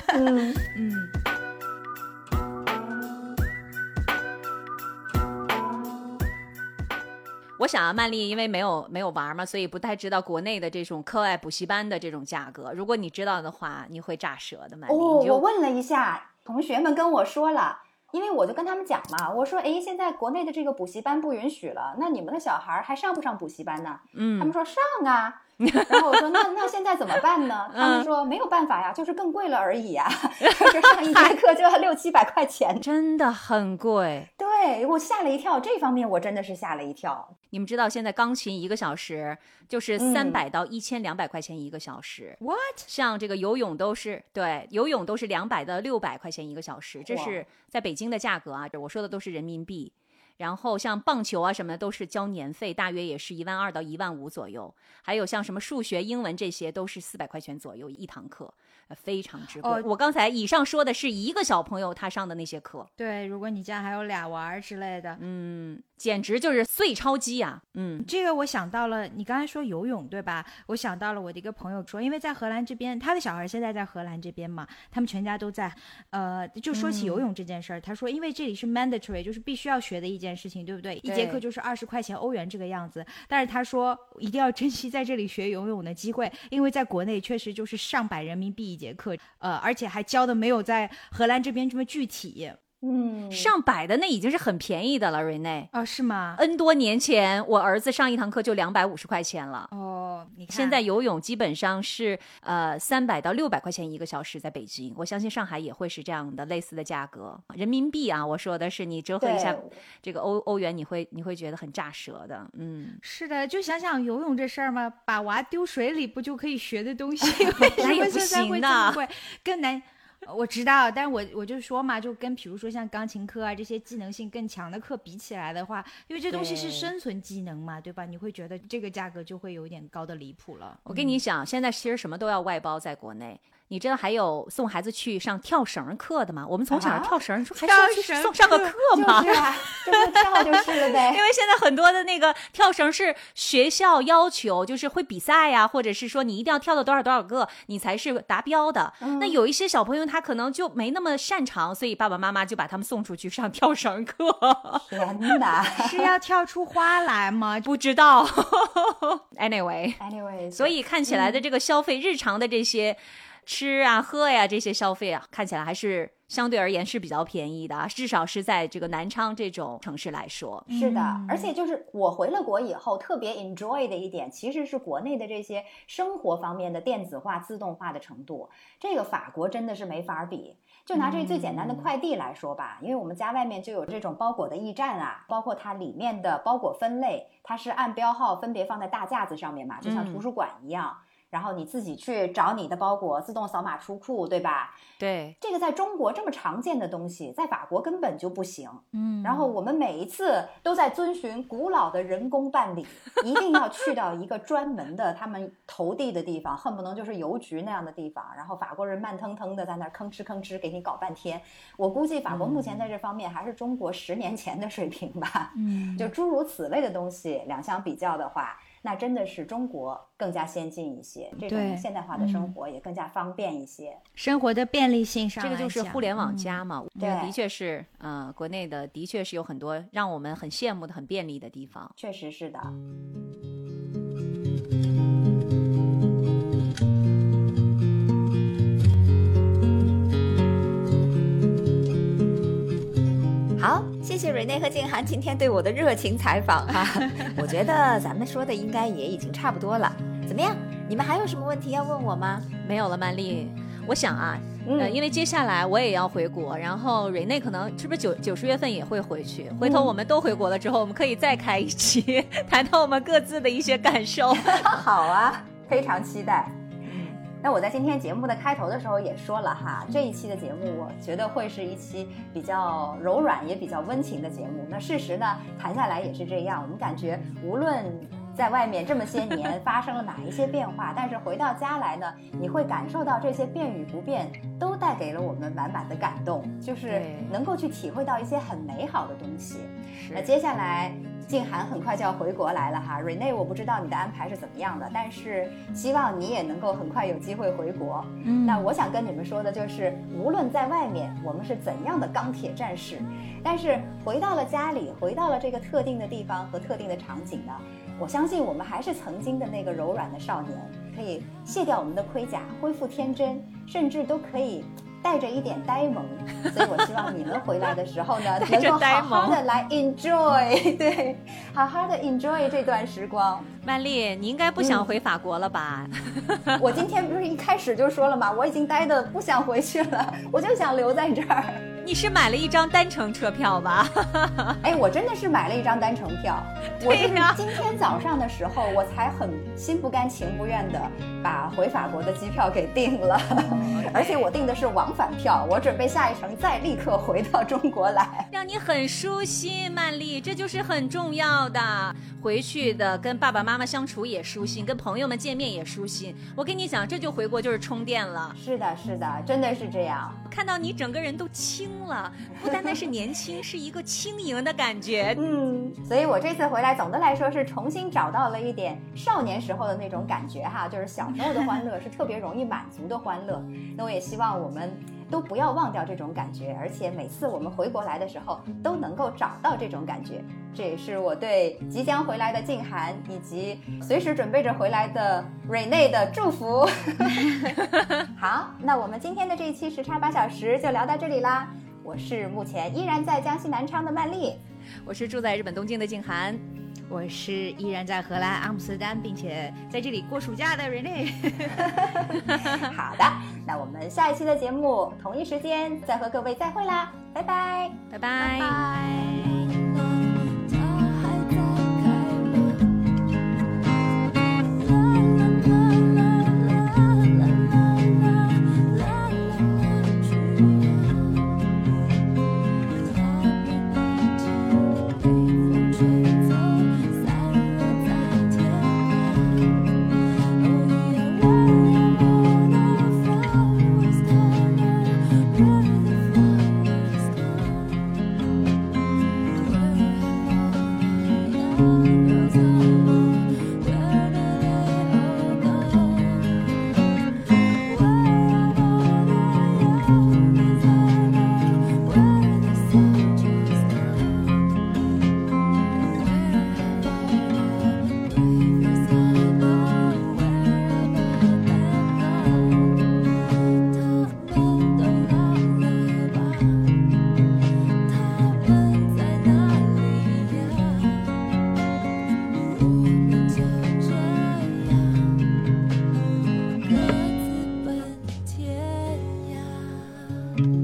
我想啊，曼丽因为没有玩嘛，所以不太知道国内的这种课外补习班的这种价格。如果你知道的话，你会炸舌的，曼丽。 我问了一下，同学们跟我说了，因为我就跟他们讲嘛，我说，哎，现在国内的这个补习班不允许了，那你们的小孩还上不上补习班呢？他们说上啊。然后我说那现在怎么办呢？他们说没有办法呀，就是更贵了而已呀。就是上一节课就要600、700块钱， 真的很贵。 对，我吓了一跳，这方面我真的是吓了一跳。 你们知道现在钢琴1个小时就是300到1200块钱1个小时。 What？ 像这个游泳都是200到600块钱1个小时，这是在北京的价格啊，我说的都是人民币。然后像棒球啊什么的都是交年费，大约也是12000到15000左右。还有像什么数学、英文这些都是400块钱左右一堂课，非常之贵。我刚才以上说的是一个小朋友他上的那些课。 对，如果你家还有俩娃之类的， 简直就是碎钞机啊！ 这个我想到了，你刚才说游泳对吧？我想到了我的一个朋友说，因为在荷兰这边，他的小孩现在在荷兰这边嘛，他们全家都在。就说起游泳这件事儿，他说因为这里是 mandatory， 就是必须要学的一件事情，对不对？一节课就是20块钱欧元这个样子。但是他说一定要珍惜在这里学游泳的机会，因为在国内确实就是上百人民币一节课，而且还教的没有在荷兰这边这么具体。 上百的那已经是很便宜的了，瑞内。 哦，是吗？ N 多年前我儿子上一堂课就250块钱了。 哦，你看现在游泳基本上是300到600块钱1个小时，在北京，我相信上海也会是这样的类似的价格。人民币啊，我说的是你折合一下这个欧元，你会觉得很炸舌的。 是的，就想想游泳这事儿嘛，把娃丢水里不就可以学的东西， 那也不行的， 更难。我知道，但是我就说嘛，就跟比如说像钢琴课啊这些技能性更强的课比起来的话，因为这东西是生存技能嘛，对吧？你会觉得这个价格就会有点高的离谱了。 我跟你讲，现在其实什么都要外包，在国内。你知道还有送孩子去上跳绳课的吗？我们从小跳绳，说还是上个课吗？ 就是啊，就是跳就是了呗。 因为现在很多的那个跳绳是学校要求，就是会比赛呀，或者是说你一定要跳到多少个，你才是达标的。那有一些小朋友他可能就没那么擅长，所以爸爸妈妈就把他们送出去上跳绳课。 天哪， 是要跳出花来吗？ 不知道。Anyway， 所以看起来的这个消费，日常的这些吃啊喝呀这些消费啊，看起来还是相对而言是比较便宜的，至少是在这个南昌这种城市来说。 是的，而且就是我回了国以后特别 enjoy 的一点，其实是国内的这些生活方面的电子化自动化的程度，这个法国真的是没法比。就拿这最简单的快递来说吧，因为我们家外面就有这种包裹的驿站啊，包括它里面的包裹分类，它是按标号分别放在大架子上面嘛，就像图书馆一样。然后你自己去找你的包裹，自动扫码出库，对吧？ 对， 这个在中国这么常见的东西，在法国根本就不行。然后我们每一次都在遵循古老的人工办理，一定要去到一个专门的他们投递的地方，恨不能就是邮局那样的地方。然后法国人慢腾腾的在那儿吭哧吭哧给你搞半天。我估计法国目前在这方面还是中国10年前的水平吧。就诸如此类的东西，两相比较的话，那真的是中国更加先进一些，这种现代化的生活也更加方便一些， 生活的便利性上来讲， 这个就是互联网加嘛。 对， 的确是，国内的的确是有很多让我们很羡慕的、很便利的地方。 确实是的。好，谢谢瑞内和静涵今天对我的热情采访哈。我觉得咱们说的应该也已经差不多了，怎么样？你们还有什么问题要问我吗？ 没有了，曼丽。我想啊，因为接下来我也要回国，然后瑞内可能是不是90月份也会回去？回头我们都回国了之后，我们可以再开一期，谈谈我们各自的一些感受。 好啊，非常期待。那我在今天节目的开头的时候也说了哈，这一期的节目我觉得会是一期比较柔软也比较温情的节目。那事实呢，谈下来也是这样，我们感觉无论在外面这么些年发生了哪一些变化，但是回到家来呢，你会感受到这些变与不变都带给了我们满满的感动，就是能够去体会到一些很美好的东西。那接下来静涵很快就要回国来了哈，瑞内我不知道你的安排是怎么样的，但是希望你也能够很快有机会回国。那我想跟你们说的就是，无论在外面我们是怎样的钢铁战士，但是回到了家里，回到了这个特定的地方和特定的场景呢，我相信我们还是曾经的那个柔软的少年，可以卸掉我们的盔甲，恢复天真，甚至都可以带着一点呆萌。所以我希望你们回来的时候呢，能够好好的来 enjoy， 对，好好的 enjoy 这段时光。 曼丽，你应该不想回法国了吧？ 我今天不是一开始就说了吗？我已经待得不想回去了，我就想留在这儿。 你是买了一张单程车票吧？ 哎，我真的是买了一张单程票。我就是今天早上的时候，我才很心不甘情不愿的把回法国的机票给订了，而且我订的是往返票，我准备下一程再立刻回到中国来， 让你很舒心，曼丽，这就是很重要的。回去的跟爸爸妈妈相处也舒心，跟朋友们见面也舒心。我跟你讲，这就回国就是充电了。 是的，是的，真的是这样。 看到你整个人都轻了，不单单是年轻，是一个轻盈的感觉。 所以我这次回来，总的来说是重新找到了一点少年时候的那种感觉哈，就是小时候的欢乐是特别容易满足的欢乐。那我也希望我们都不要忘掉这种感觉，而且每次我们回国来的时候都能够找到这种感觉。这也是我对即将回来的静涵以及随时准备着回来的瑞内的祝福。好，那我们今天的这一期时差8小时就聊到这里啦。我是目前依然在江西南昌的曼丽， 我是住在日本东京的静涵， 我是依然在荷兰阿姆斯特丹并且在这里过暑假的 Rene。 好的，那我们下一期的节目同一时间再和各位再会啦，拜拜， 拜拜， 拜拜。 天涯。